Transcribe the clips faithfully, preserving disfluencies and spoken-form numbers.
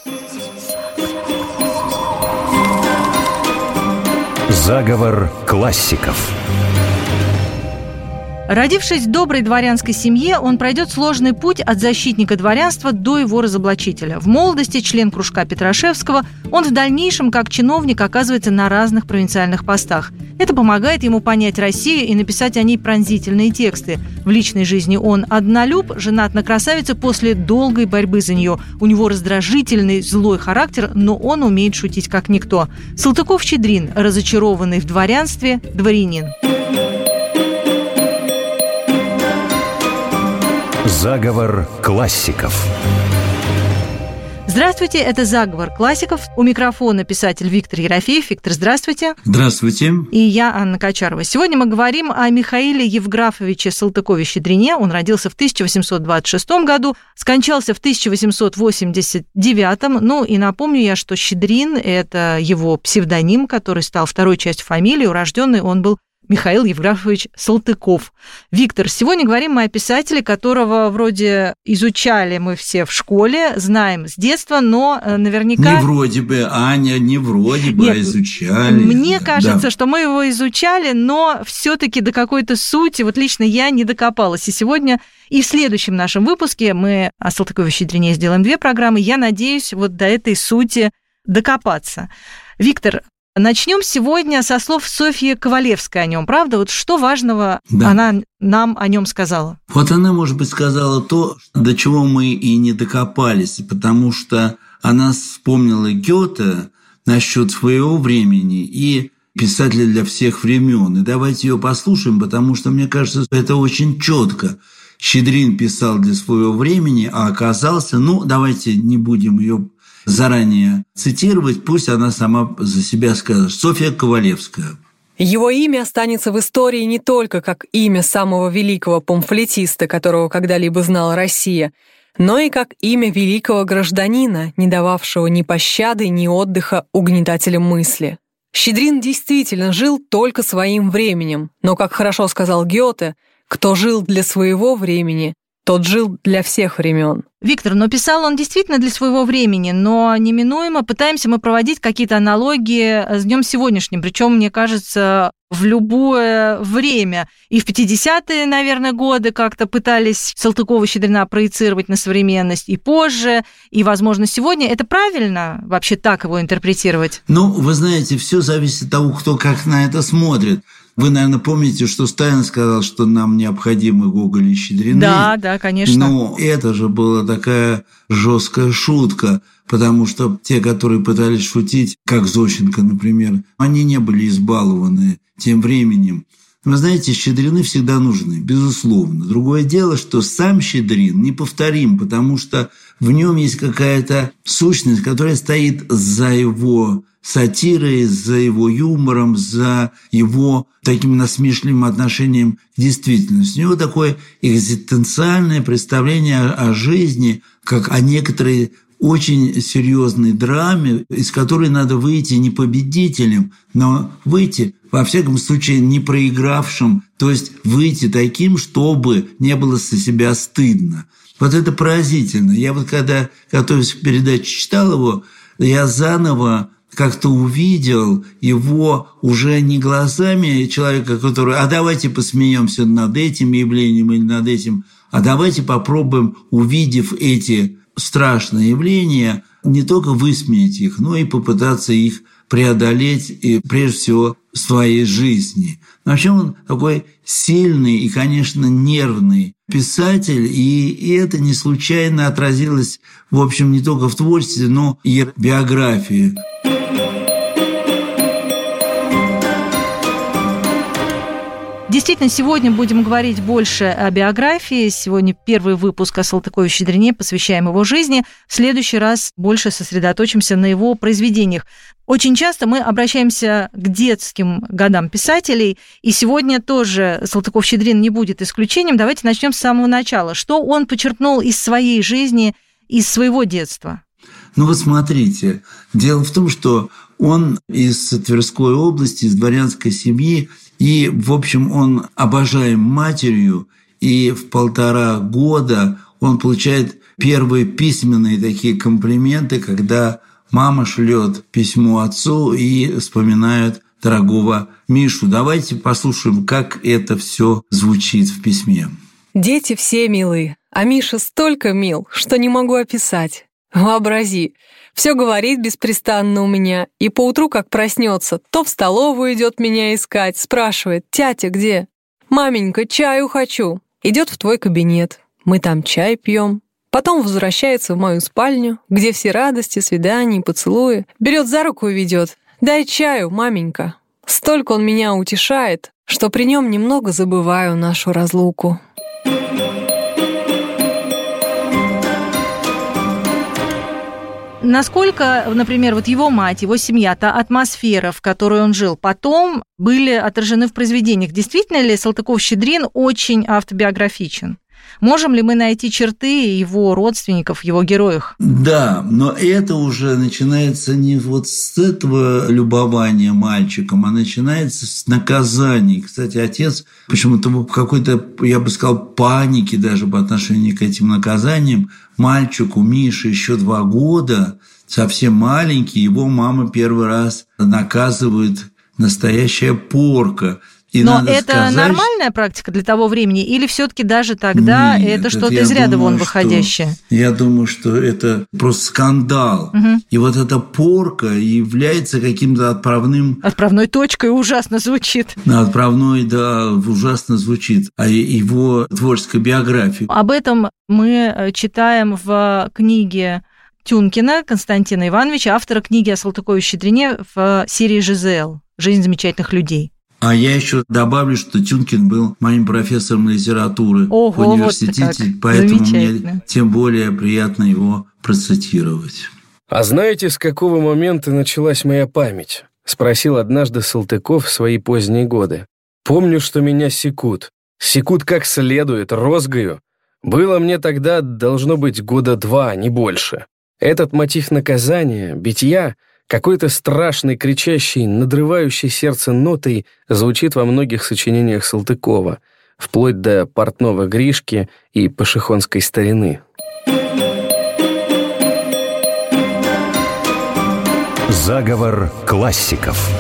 Заговор классиков. Родившись в доброй дворянской семье, он пройдет сложный путь от защитника дворянства до его разоблачителя. В молодости член кружка Петрашевского, он в дальнейшем, как чиновник, оказывается на разных провинциальных постах. Это помогает ему понять Россию и написать о ней пронзительные тексты. В личной жизни он однолюб, женат на красавице после долгой борьбы за нее. У него раздражительный, злой характер, но он умеет шутить как никто. Салтыков-Щедрин, разочарованный в дворянстве, дворянин. Заговор классиков. Здравствуйте, это «Заговор классиков». У микрофона писатель Виктор Ерофеев. Виктор, здравствуйте. Здравствуйте. И я, Анна Качарова. Сегодня мы говорим о Михаиле Евграфовиче Салтыкове-Щедрине. Он родился в тысяча восемьсот двадцать шестом году, скончался в тысяча восемьсот восемьдесят девятом. Ну и напомню я, что Щедрин – это его псевдоним, который стал второй частью фамилии. Урожденный он был Михаил Евграфович Салтыков. Виктор, сегодня говорим мы о писателе, которого вроде изучали мы все в школе, знаем с детства, но наверняка... Не вроде бы, Аня, не вроде бы, Нет, а изучали. Мне кажется, да. что мы его изучали, но все-таки до какой-то сути, вот лично я не докопалась. И сегодня, и в следующем нашем выпуске мы о Салтыкове-Щедрине сделаем две программы. Я надеюсь вот до этой сути докопаться. Виктор, начнем сегодня со слов Софьи Ковалевской о нем, правда? Вот что важного да. она нам о нем сказала? Вот она, может быть, сказала то, до чего мы и не докопались, потому что она вспомнила Гёте насчет своего времени и писателя для всех времен. И давайте ее послушаем, потому что, мне кажется, это очень четко. Щедрин писал для своего времени, а оказался, ну, давайте не будем ее заранее цитировать, пусть она сама за себя скажет. Софья Ковалевская. Его имя останется в истории не только как имя самого великого памфлетиста, которого когда-либо знала Россия, но и как имя великого гражданина, не дававшего ни пощады, ни отдыха угнетателям мысли. Щедрин действительно жил только своим временем, но, как хорошо сказал Гёте, кто жил для своего времени, тот жил для всех времен. Виктор, но писал он действительно для своего времени, но неминуемо пытаемся мы проводить какие-то аналогии с днем сегодняшним, причем, мне кажется, в любое время. И в пятидесятые, наверное, годы как-то пытались Салтыкова-Щедрина проецировать на современность, и позже, и, возможно, сегодня. Это правильно вообще так его интерпретировать? Ну, вы знаете, все зависит от того, кто как на это смотрит. Вы, наверное, помните, что Сталин сказал, что нам необходимы Гоголь и Щедрины. Да, да, конечно. Но это же была такая жесткая шутка, потому что те, которые пытались шутить, как Зощенко, например, они не были избалованы тем временем. Вы знаете, Щедрины всегда нужны, безусловно. Другое дело, что сам Щедрин неповторим, потому что в нем есть какая-то сущность, которая стоит за его сатирой, за его юмором, за его таким насмешливым отношением к действительности. У него такое экзистенциальное представление о жизни, как о некоторой очень серьезной драме, из которой надо выйти не победителем, но выйти, во всяком случае, не проигравшим, то есть выйти таким, чтобы не было со себя стыдно. Вот это поразительно. Я вот когда, готовясь к передаче, читал его, я заново как-то увидел его уже не глазами человека, который «а давайте посмеемся над этим явлением или над этим», а давайте попробуем, увидев эти страшные явления, не только высмеять их, но и попытаться их преодолеть, и прежде всего в своей жизни. Но вообще он такой сильный и, конечно, нервный писатель, и, и это не случайно отразилось, в общем, не только в творчестве, но и в биографии. Действительно, сегодня будем говорить больше о биографии. Сегодня первый выпуск о Салтыкове-Щедрине, посвящаем его жизни. В следующий раз больше сосредоточимся на его произведениях. Очень часто мы обращаемся к детским годам писателей, и сегодня тоже Салтыков-Щедрин не будет исключением. Давайте начнем с самого начала. Что он почерпнул из своей жизни, из своего детства? Ну вот смотрите, дело в том, что он из Тверской области, из дворянской семьи, и, в общем, он обожаем матерью, и в полтора года он получает первые письменные такие комплименты, когда мама шлет письмо отцу и вспоминает дорогого Мишу. Давайте послушаем, как это все звучит в письме. «Дети все милы, а Миша столько мил, что не могу описать. Вообрази, все говорит беспрестанно у меня, и поутру, как проснется, то в столовую идет меня искать, спрашивает: «Тятя где?» «Маменька, чаю хочу». Идет в твой кабинет, мы там чай пьем. Потом возвращается в мою спальню, где все радости, свидания, поцелуи. Берет за руку и ведет: «Дай чаю, маменька». Столько он меня утешает, что при нем немного забываю нашу разлуку. Насколько, например, вот его мать, его семья, та атмосфера, в которой он жил, потом были отражены в произведениях? Действительно ли Салтыков-Щедрин очень автобиографичен? Можем ли мы найти черты его родственников, его героях? Да, но это уже начинается не вот с этого любования мальчиком, а начинается с наказаний. Кстати, отец почему-то в какой-то, я бы сказал, панике даже по отношению к этим наказаниям. Мальчику Мише еще два года, совсем маленький, его мама первый раз наказывает настоящая порка. И Но это сказать, нормальная практика для того времени, или все-таки даже тогда нет, это что-то это из ряда думаю, вон выходящее? Что, я думаю, что это просто скандал. Угу. И вот эта порка является каким-то отправным... Отправной точкой ужасно звучит. Отправной, да, ужасно звучит. А его творческая биография. Об этом мы читаем в книге Тюнкина Константина Ивановича, автора книги о Салтыкове-Щедрине в серии «ЖЗЛ. Жизнь замечательных людей». А я еще добавлю, что Тюнкин был моим профессором литературы Ого, в университете, вот поэтому мне тем более приятно его процитировать. «А знаете, с какого момента началась моя память?» — спросил однажды Салтыков в свои поздние годы. «Помню, что меня секут. Секут как следует, розгою. Было мне тогда, должно быть, года два, не больше. Этот мотив наказания, битья, какой-то страшный, кричащий, надрывающий сердце нотой звучит во многих сочинениях Салтыкова, вплоть до «Портного Гришки» и «Пашихонской старины». Заговор классиков.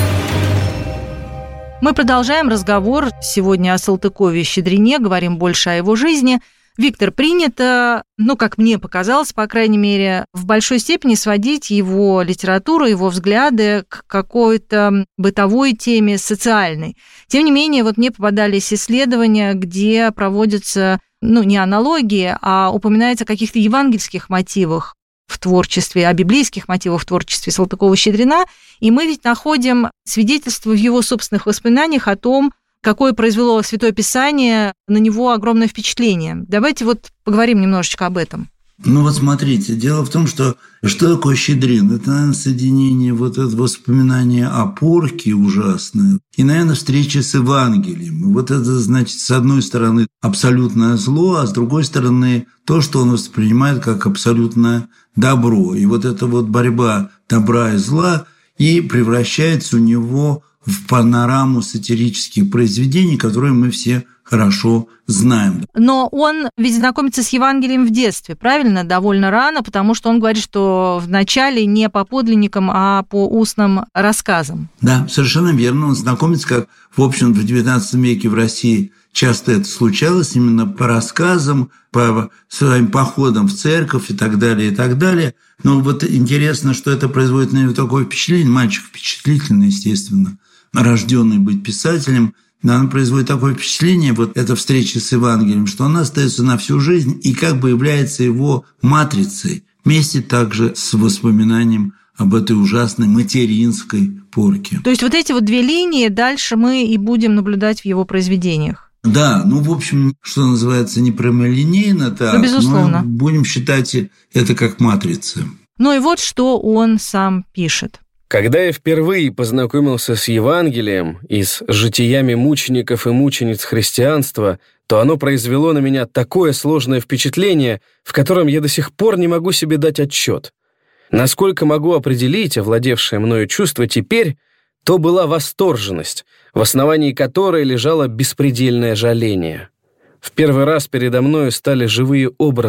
Мы продолжаем разговор сегодня о Салтыкове-Щедрине, говорим больше о его жизни. Виктор, принято, ну, как мне показалось, по крайней мере, в большой степени сводить его литературу, его взгляды к какой-то бытовой теме, социальной. Тем не менее, вот мне попадались исследования, где проводятся, ну, не аналогии, а упоминается о каких-то евангельских мотивах в творчестве, о библейских мотивах в творчестве Салтыкова-Щедрина, и мы ведь находим свидетельство в его собственных воспоминаниях о том, какое произвело Святое Писание на него огромное впечатление. Давайте вот поговорим немножечко об этом. Ну вот смотрите, дело в том, что что такое Щедрин? Это, наверное, соединение вот этого воспоминания о порке ужасной и, наверное, встречи с Евангелием. Вот это, значит, с одной стороны абсолютное зло, а с другой стороны то, что он воспринимает как абсолютное добро. И вот эта вот борьба добра и зла и превращается у него в панораму сатирических произведений, которые мы все хорошо знаем. Но он ведь знакомится с Евангелием в детстве, правильно? Довольно рано, потому что он говорит, что вначале не по подлинникам, а по устным рассказам. Да, совершенно верно. Он знакомится, как, в общем, в девятнадцатом веке в России часто это случалось, именно по рассказам, по своим походам в церковь и так далее, и так далее. Но вот интересно, что это производит на него такое впечатление. Мальчик впечатлительный, естественно, рожденный быть писателем. Но она производит такое впечатление, вот эта встреча с Евангелием, что она остается на всю жизнь и как бы является его матрицей, вместе также с воспоминанием об этой ужасной материнской порке. То есть вот эти вот две линии дальше мы и будем наблюдать в его произведениях. Да, ну, в общем, что называется, не прямолинейно, так, ну, безусловно. Но будем считать это как матрица. Ну и вот что он сам пишет. Когда я впервые познакомился с Евангелием и с житиями мучеников и мучениц христианства, то оно произвело на меня такое сложное впечатление, в котором я до сих пор не могу себе дать отчет. Насколько могу определить овладевшее мною чувство теперь, то была восторженность, в основании которой лежало беспредельное жаление. В первый раз передо мною стали живые образы,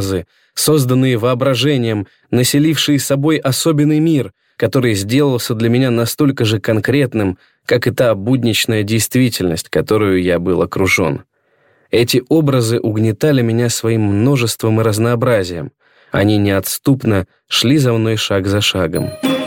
созданные воображением, населившие собой особенный мир, который сделался для меня настолько же конкретным, как и та будничная действительность, которую я был окружен. Эти образы угнетали меня своим множеством и разнообразием. Они неотступно шли за мной шаг за шагом.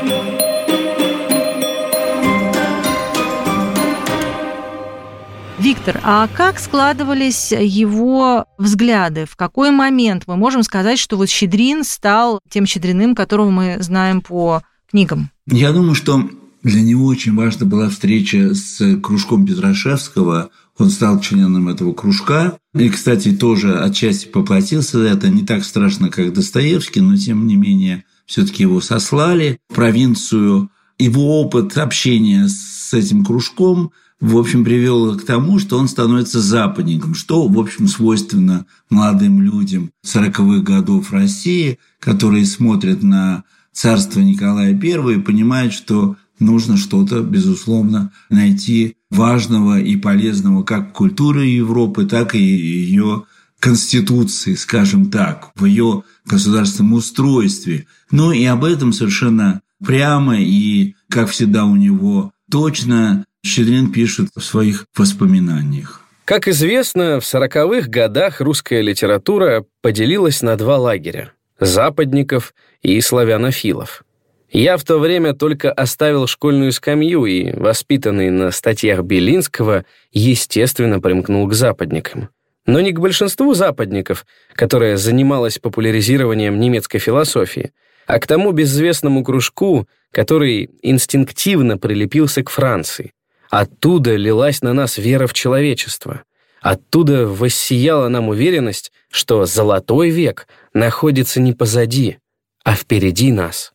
Виктор, а как складывались его взгляды? В какой момент мы можем сказать, что вот Щедрин стал тем Щедриным, которого мы знаем по книгам? Я думаю, что для него очень важна была встреча с кружком Петрашевского. Он стал членом этого кружка. И, кстати, тоже отчасти поплатился за это. Не так страшно, как Достоевский, но, тем не менее, все-таки его сослали в провинцию. Его опыт общения с этим кружком, в общем, привел к тому, что он становится западником, что, в общем, свойственно молодым людям сороковых годов России, которые смотрят на царство Николая Первого и понимают, что нужно что-то, безусловно, найти важного и полезного как в культуре Европы, так и ее конституции, скажем так, в ее государственном устройстве. Ну и об этом совершенно прямо и, как всегда у него, точно Щедрин пишет в своих воспоминаниях. Как известно, в сороковых годах русская литература поделилась на два лагеря – западников и славянофилов. Я в то время только оставил школьную скамью и, воспитанный на статьях Белинского, естественно, примкнул к западникам. Но не к большинству западников, которое занималось популяризированием немецкой философии, а к тому безвестному кружку, который инстинктивно прилепился к Франции. Оттуда лилась на нас вера в человечество. Оттуда воссияла нам уверенность, что золотой век находится не позади, а впереди нас.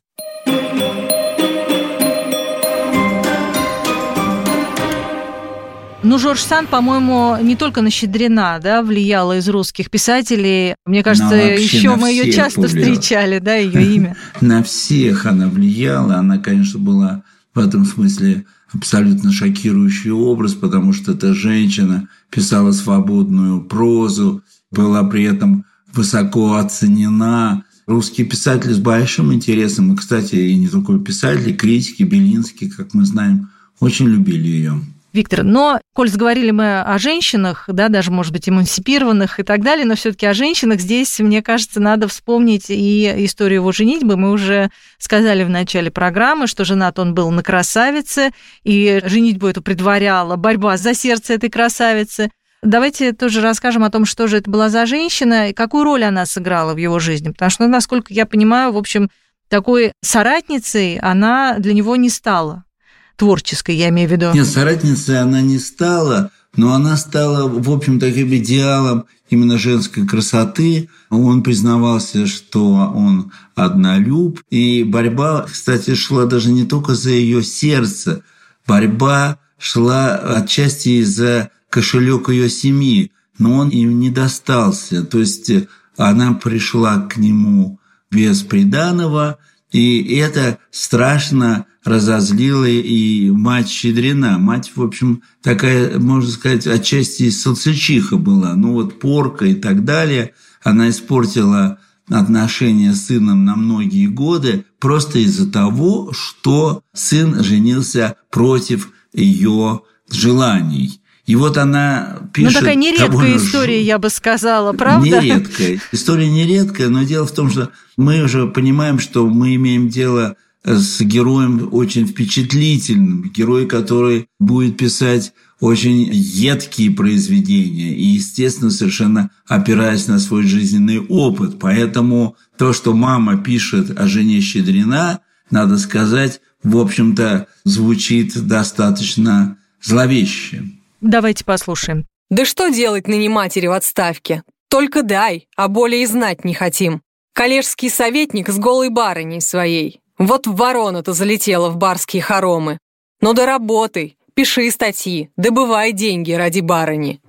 Ну, Жорж Санд, по-моему, не только на Щедрина, да, влияла из русских писателей. Мне кажется, еще мы ее часто встречали, да, ее имя. На всех она влияла. Она, конечно, была в этом смысле абсолютно шокирующий образ, потому что эта женщина писала свободную прозу, была при этом высоко оценена. Русские писатели с большим интересом, и, кстати, и не только писатели, критики, Белинский, как мы знаем, очень любили ее. Виктор, но, коль заговорили мы о женщинах, да, даже, может быть, эмансипированных и так далее, но все-таки о женщинах здесь, мне кажется, надо вспомнить и историю его женитьбы. Мы уже сказали в начале программы, что женат он был на красавице, и женитьбу эту предваряла борьба за сердце этой красавицы. Давайте тоже расскажем о том, что же это была за женщина и какую роль она сыграла в его жизни. Потому что, насколько я понимаю, в общем, такой соратницей она для него не стала. Творческой, я имею в виду. Нет, соратницей она не стала, но она стала, в общем, таким идеалом именно женской красоты. Он признавался, что он однолюб. И борьба, кстати, шла даже не только за ее сердце. Борьба шла отчасти за кошелек ее семьи, но он им не достался. То есть она пришла к нему без приданого, и это страшно разозлила и мать Щедрина. Мать, в общем, такая, можно сказать, отчасти салцичиха была. Ну вот порка и так далее. Она испортила отношения с сыном на многие годы просто из-за того, что сын женился против ее желаний. И вот она пишет... Ну, такая нередкая история, я бы сказала, правда? Нередкая. История нередкая, но дело в том, что мы уже понимаем, что мы имеем дело с героем очень впечатлительным, герой, который будет писать очень едкие произведения и, естественно, совершенно опираясь на свой жизненный опыт. Поэтому то, что мама пишет о жене Щедрина, надо сказать, в общем-то, звучит достаточно зловеще. Давайте послушаем. Да что делать ныне матери в отставке? Только дай, а более и знать не хотим. Коллежский советник с голой барыней своей. Вот ворона-то залетела в барские хоромы. Ну да работай, пиши статьи, добывай деньги ради барыни.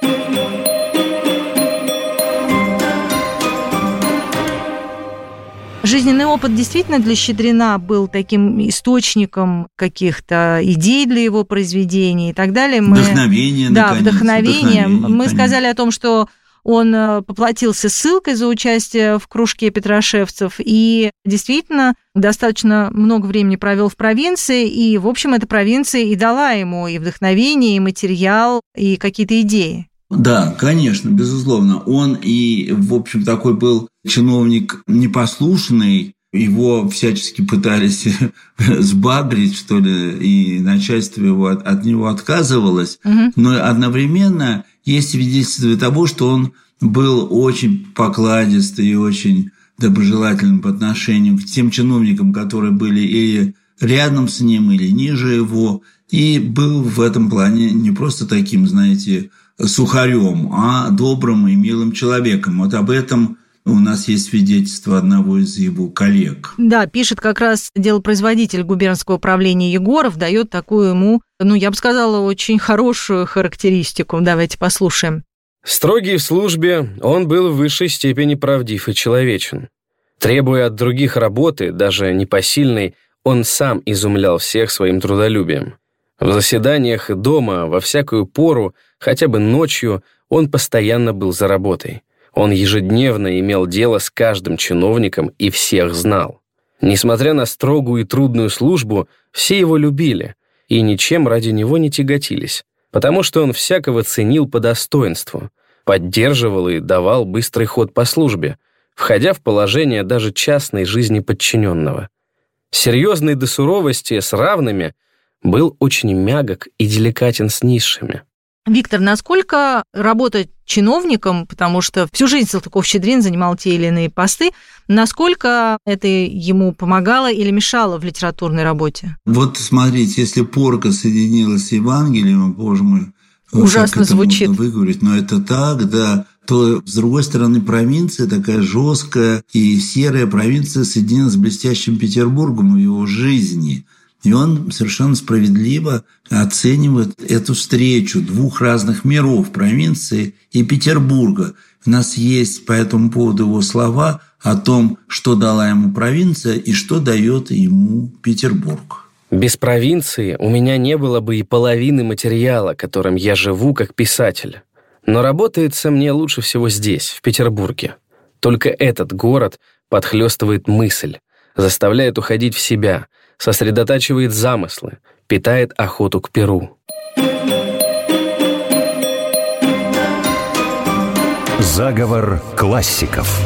Жизненный опыт действительно для Щедрина был таким источником каких-то идей для его произведений и так далее. Мы... Вдохновение, да, наконец. Вдохновение. Вдохновение. Мы конечно. сказали о том, что он поплатился ссылкой за участие в кружке петрошевцев и действительно достаточно много времени провел в провинции, и, в общем, эта провинция и дала ему и вдохновение, и материал, и какие-то идеи. Да, конечно, безусловно. Он и, в общем, такой был чиновник непослушный, его всячески пытались сбагрить, что ли, и начальство его от, от него отказывалось, угу. Но одновременно есть свидетельство того, что он был очень покладистый и очень доброжелательным по отношению к тем чиновникам, которые были или рядом с ним, или ниже его, и был в этом плане не просто таким, знаете, сухарем, а добрым и милым человеком. Вот об этом у нас есть свидетельство одного из его коллег. Да, пишет как раз делопроизводитель губернского управления Егоров, дает такую ему, ну, я бы сказала, очень хорошую характеристику. Давайте послушаем. Строгий в службе, он был в высшей степени правдив и человечен. Требуя от других работы, даже непосильной, он сам изумлял всех своим трудолюбием. В заседаниях и дома, во всякую пору, хотя бы ночью, он постоянно был за работой. Он ежедневно имел дело с каждым чиновником и всех знал. Несмотря на строгую и трудную службу, все его любили и ничем ради него не тяготились, потому что он всякого ценил по достоинству, поддерживал и давал быстрый ход по службе, входя в положение даже частной жизни подчиненного. Серьезный до суровости с равными, был очень мягок и деликатен с низшими. Виктор, насколько работа чиновником, потому что всю жизнь Салтыков-Щедрин занимал те или иные посты, насколько это ему помогало или мешало в литературной работе? Вот смотрите, если порка соединилась с Евангелием, боже мой, ужасно звучит. Можно выговорить, но это так, да, то, с другой стороны, провинция такая жесткая и серая провинция соединилась с блестящим Петербургом в его жизни. И он совершенно справедливо оценивает эту встречу двух разных миров – провинции и Петербурга. У нас есть по этому поводу его слова о том, что дала ему провинция и что дает ему Петербург. Без провинции у меня не было бы и половины материала, которым я живу как писатель. Но работается мне лучше всего здесь, в Петербурге. Только этот город подхлёстывает мысль, заставляет уходить в себя, сосредотачивает замыслы, питает охоту к перу. Заговор классиков.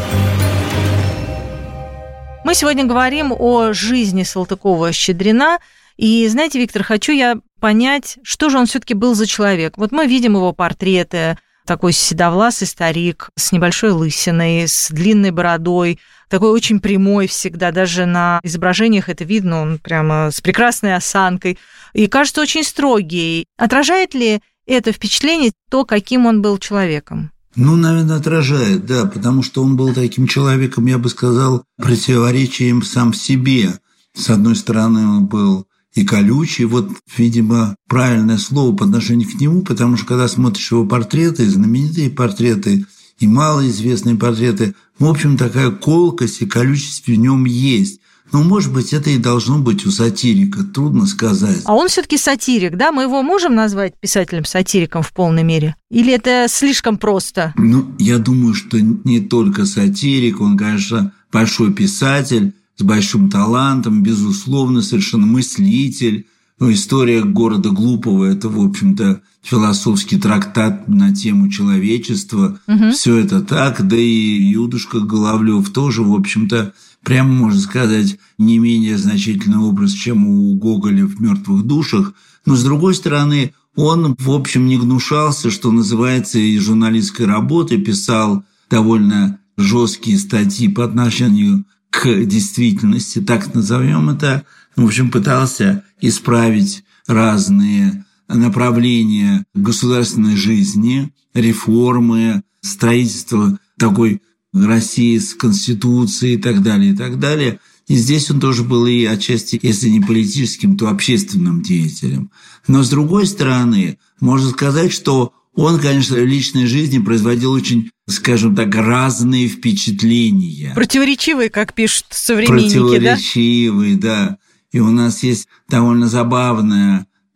Мы сегодня говорим о жизни Салтыкова-Щедрина. И, знаете, Виктор, хочу я понять, что же он все-таки был за человек. Вот мы видим его портреты, такой седовласый старик с небольшой лысиной, с длинной бородой, такой очень прямой всегда, даже на изображениях это видно, он прямо с прекрасной осанкой, и кажется очень строгий. Отражает ли это впечатление то, каким он был человеком? Ну, наверное, отражает, да, потому что он был таким человеком, я бы сказал, противоречием сам себе. С одной стороны, он был и колючий, вот, видимо, правильное слово по отношению к нему, потому что, когда смотришь его портреты, знаменитые портреты, и малоизвестные портреты, в общем, такая колкость и колючесть в нем есть. Но, может быть, это и должно быть у сатирика, трудно сказать. А он все-таки сатирик, да? Мы его можем назвать писателем-сатириком в полной мере? Или это слишком просто? Ну, я думаю, что не только сатирик, он, конечно, большой писатель с большим талантом, безусловно, совершенно мыслитель. Ну, история города глупого – это, в общем-то, философский трактат на тему человечества. Угу. Все это так, да и Юдушка Головлёв тоже, в общем-то, прямо, можно сказать, не менее значительный образ, чем у Гоголя в «Мертвых душах». Но, с другой стороны, он, в общем, не гнушался, что называется, и журналистской работы, писал довольно жесткие статьи по отношению к действительности, так назовем это. В общем, пытался исправить разные направления государственной жизни, реформы, строительство такой России с Конституцией и так далее, и так далее. И здесь он тоже был и отчасти, если не политическим, то общественным деятелем. Но, с другой стороны, можно сказать, что он, конечно, в личной жизни производил очень, скажем так, разные впечатления. Противоречивые, как пишут современники, Противоречивые, да? да. И у нас есть довольно забавная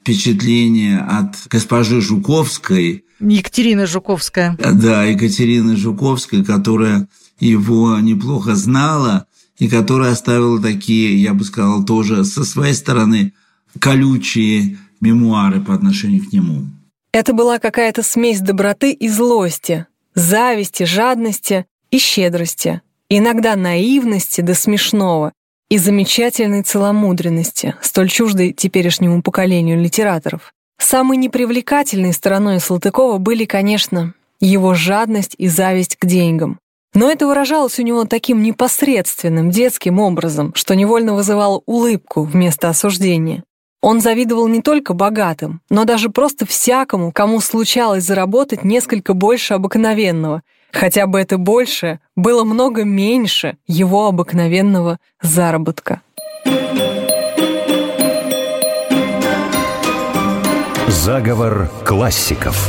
впечатление от госпожи Жуковской. Екатерина Жуковская. Да, Екатерины Жуковской, которая его неплохо знала и которая оставила такие, я бы сказал, тоже со своей стороны колючие мемуары по отношению к нему. Это была какая-то смесь доброты и злости, зависти, жадности и щедрости, иногда наивности до смешного и замечательной целомудренности, столь чуждой теперешнему поколению литераторов. Самой непривлекательной стороной Салтыкова были, конечно, его жадность и зависть к деньгам. Но это выражалось у него таким непосредственным детским образом, что невольно вызывало улыбку вместо осуждения. Он завидовал не только богатым, но даже просто всякому, кому случалось заработать несколько больше обыкновенного, хотя бы это больше было много меньше его обыкновенного заработка. Заговор классиков.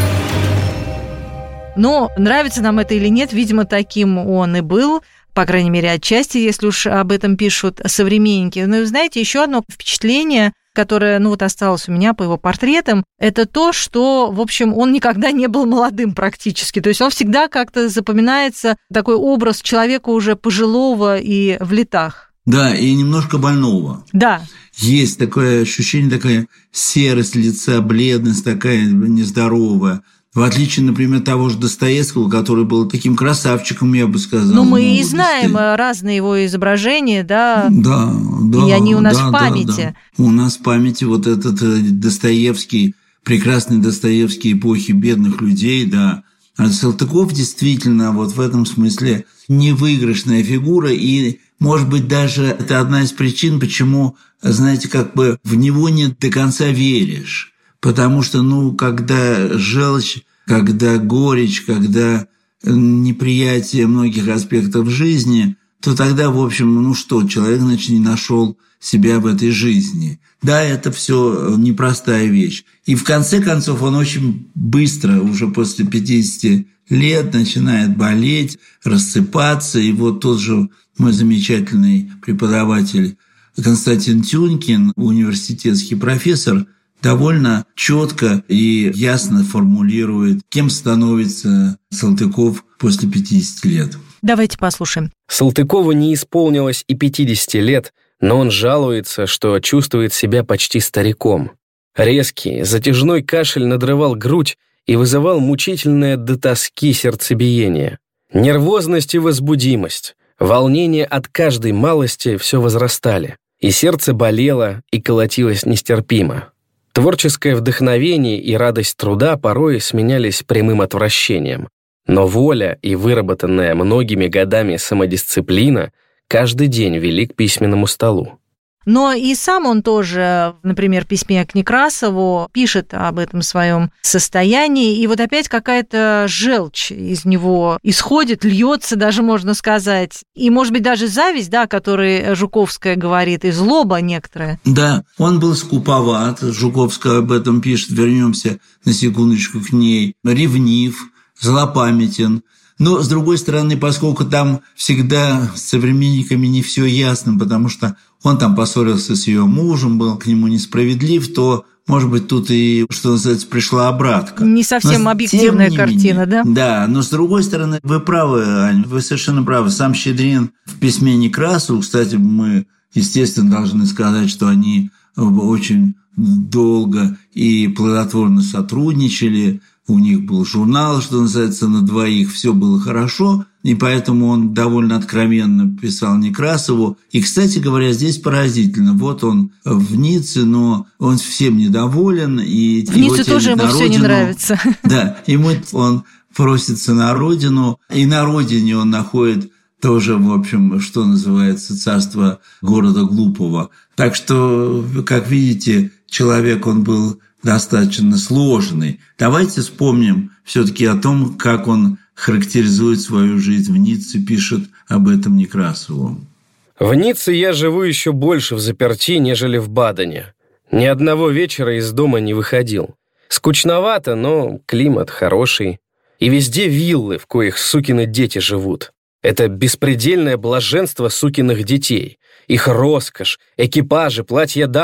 Но нравится нам это или нет, видимо, таким он и был, по крайней мере, отчасти, если уж об этом пишут современники. Но, знаете, еще одно впечатление, которое, ну вот, осталось у меня по его портретам, это то, что, в общем, он никогда не был молодым практически. То есть он всегда как-то запоминается, такой образ человека уже пожилого и в летах. Да, и немножко больного. Да. Есть такое ощущение, такая серость лица, бледность такая нездоровая. В отличие, например, того же Достоевского, который был таким красавчиком, я бы сказал. Ну, мы и знаем разные его изображения, да? Да, да. И они у нас да, в памяти. Да, да. У нас в памяти вот этот Достоевский, прекрасный Достоевский эпохи бедных людей, да. А Салтыков действительно вот в этом смысле невыигрышная фигура, и, может быть, даже это одна из причин, почему, знаете, как бы в него не до конца веришь. Потому что, ну, когда желчь, когда горечь, когда неприятие многих аспектов жизни, то тогда, в общем, ну что, человек, значит, не нашел себя в этой жизни. Да, это все непростая вещь. И в конце концов он очень быстро, уже после пятидесяти лет, начинает болеть, рассыпаться. И вот тот же мой замечательный преподаватель Константин Тюнькин, университетский профессор, довольно четко и ясно формулирует, кем становится Салтыков после пятидесяти лет. Давайте послушаем. Салтыкову не исполнилось и пятидесяти лет, но он жалуется, что чувствует себя почти стариком. Резкий, затяжной кашель надрывал грудь и вызывал мучительное до тоски сердцебиение. Нервозность и возбудимость, волнение от каждой малости все возрастали, и сердце болело и колотилось нестерпимо. Творческое вдохновение и радость труда порой сменялись прямым отвращением, но воля и выработанная многими годами самодисциплина каждый день вели к письменному столу. Но и сам он тоже, например, в письме к Некрасову пишет об этом своем состоянии, и вот опять какая-то желчь из него исходит, льется даже, можно сказать. И, может быть, даже зависть, да, о которой Жуковская говорит, и злоба некоторая. Да, он был скуповат, Жуковская об этом пишет, вернемся на секундочку к ней, ревнив, злопамятен. Но, с другой стороны, поскольку там всегда с современниками не все ясно, потому что он там поссорился с ее мужем, был к нему несправедлив, то, может быть, тут и, что называется, пришла обратка. Не совсем но, объективная картина, менее, да? Да, но, с другой стороны, вы правы, Ань, вы совершенно правы. Сам Щедрин в письме Некрасову, кстати, мы, естественно, должны сказать, что они очень долго и плодотворно сотрудничали. У них был журнал, что называется, на двоих, все было хорошо, и поэтому он довольно откровенно писал Некрасову. И, кстати говоря, здесь поразительно. Вот он в Ницце, но он всем недоволен. И в Ницце тоже ему все не нравится. Да, ему он просится на родину, и на родине он находит тоже, в общем, что называется, царство города глупого. Так что, как видите, человек он был достаточно сложный. Давайте вспомним все-таки о том, как он характеризует свою жизнь в Ницце, пишет об этом Некрасову. В Ницце я живу еще больше в заперти, нежели в Бадене. Ни одного вечера из дома не выходил. Скучновато, но климат хороший. И везде виллы, в коих сукины дети живут. Это беспредельное блаженство сукиных детей. Их роскошь, экипажи, платья дам.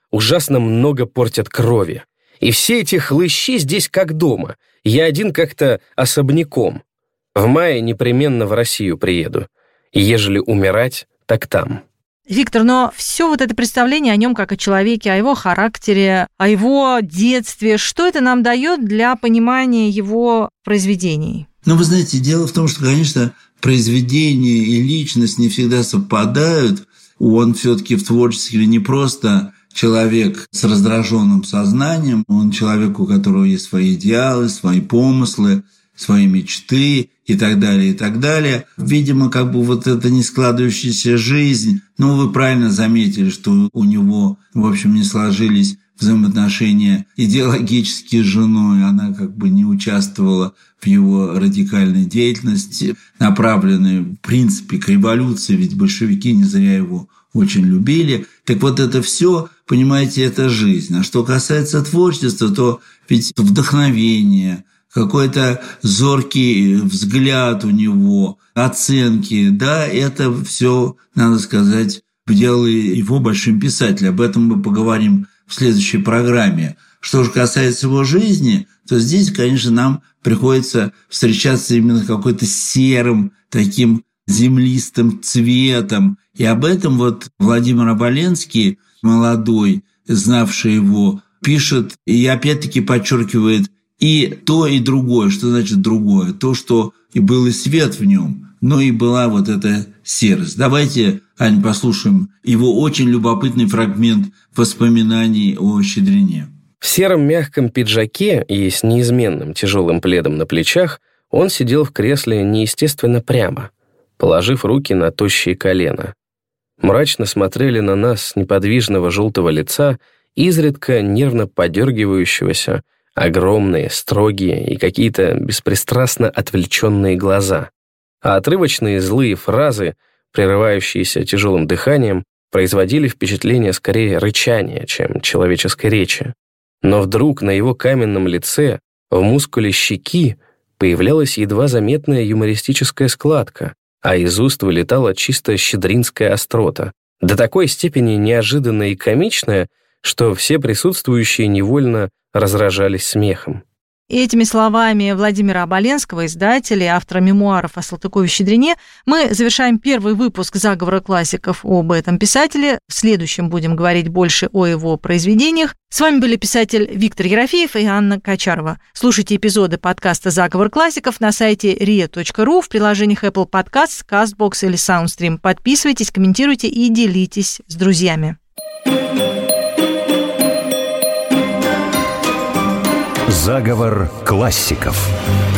ужасно много портят крови. И все эти хлыщи здесь как дома. Я один как-то особняком. В мае непременно в Россию приеду. И ежели умирать, так там». Виктор, но все вот это представление о нем как о человеке, о его характере, о его детстве, что это нам дает для понимания его произведений? Ну, вы знаете, дело в том, что, конечно, произведение и личность не всегда совпадают. Он все-таки в творчестве не просто человек с раздраженным сознанием, он человек, у которого есть свои идеалы, свои помыслы, свои мечты и так далее, и так далее. Видимо, как бы вот эта не складывающаяся жизнь, ну, вы правильно заметили, что у него, в общем, не сложились взаимоотношения идеологические с женой, она как бы не участвовала в его радикальной деятельности, направленной, в принципе, к революции, ведь большевики не зря его очень любили. Так вот это все, понимаете, это жизнь. А что касается творчества, то ведь вдохновение, какой-то зоркий взгляд у него, оценки, да, это все, надо сказать, делало его большим писателем. Об этом мы поговорим в следующей программе. Что же касается его жизни, то здесь, конечно, нам приходится встречаться именно какой-то серым, таким землистым цветом. И об этом вот Владимир Оболенский, молодой, знавший его, пишет и опять-таки подчеркивает и то, и другое. Что значит другое? То, что и был и свет в нем, но и была вот эта серость. Давайте, Ань, послушаем его очень любопытный фрагмент воспоминаний о Щедрине. В сером мягком пиджаке и с неизменным тяжелым пледом на плечах он сидел в кресле неестественно прямо, положив руки на тощие колена. Мрачно смотрели на нас с неподвижного желтого лица, изредка нервно подергивающегося, огромные, строгие и какие-то беспристрастно отвлеченные глаза. А отрывочные злые фразы, прерывающиеся тяжелым дыханием, производили впечатление скорее рычания, чем человеческой речи. Но вдруг на его каменном лице, в мускуле щеки, появлялась едва заметная юмористическая складка, а из уст вылетала чисто щедринская острота, до такой степени неожиданная и комичная, что все присутствующие невольно разражались смехом. И этими словами Владимира Оболенского, издателя и автора мемуаров о Салтыкове-Щедрине, мы завершаем первый выпуск «Заговора классиков» об этом писателе. В следующем будем говорить больше о его произведениях. С вами были писатель Виктор Ерофеев и Анна Качарова. Слушайте эпизоды подкаста «Заговор классиков» на сайте риа точка ру, в приложениях Apple Podcasts, CastBox или SoundStream. Подписывайтесь, комментируйте и делитесь с друзьями. Заговор классиков.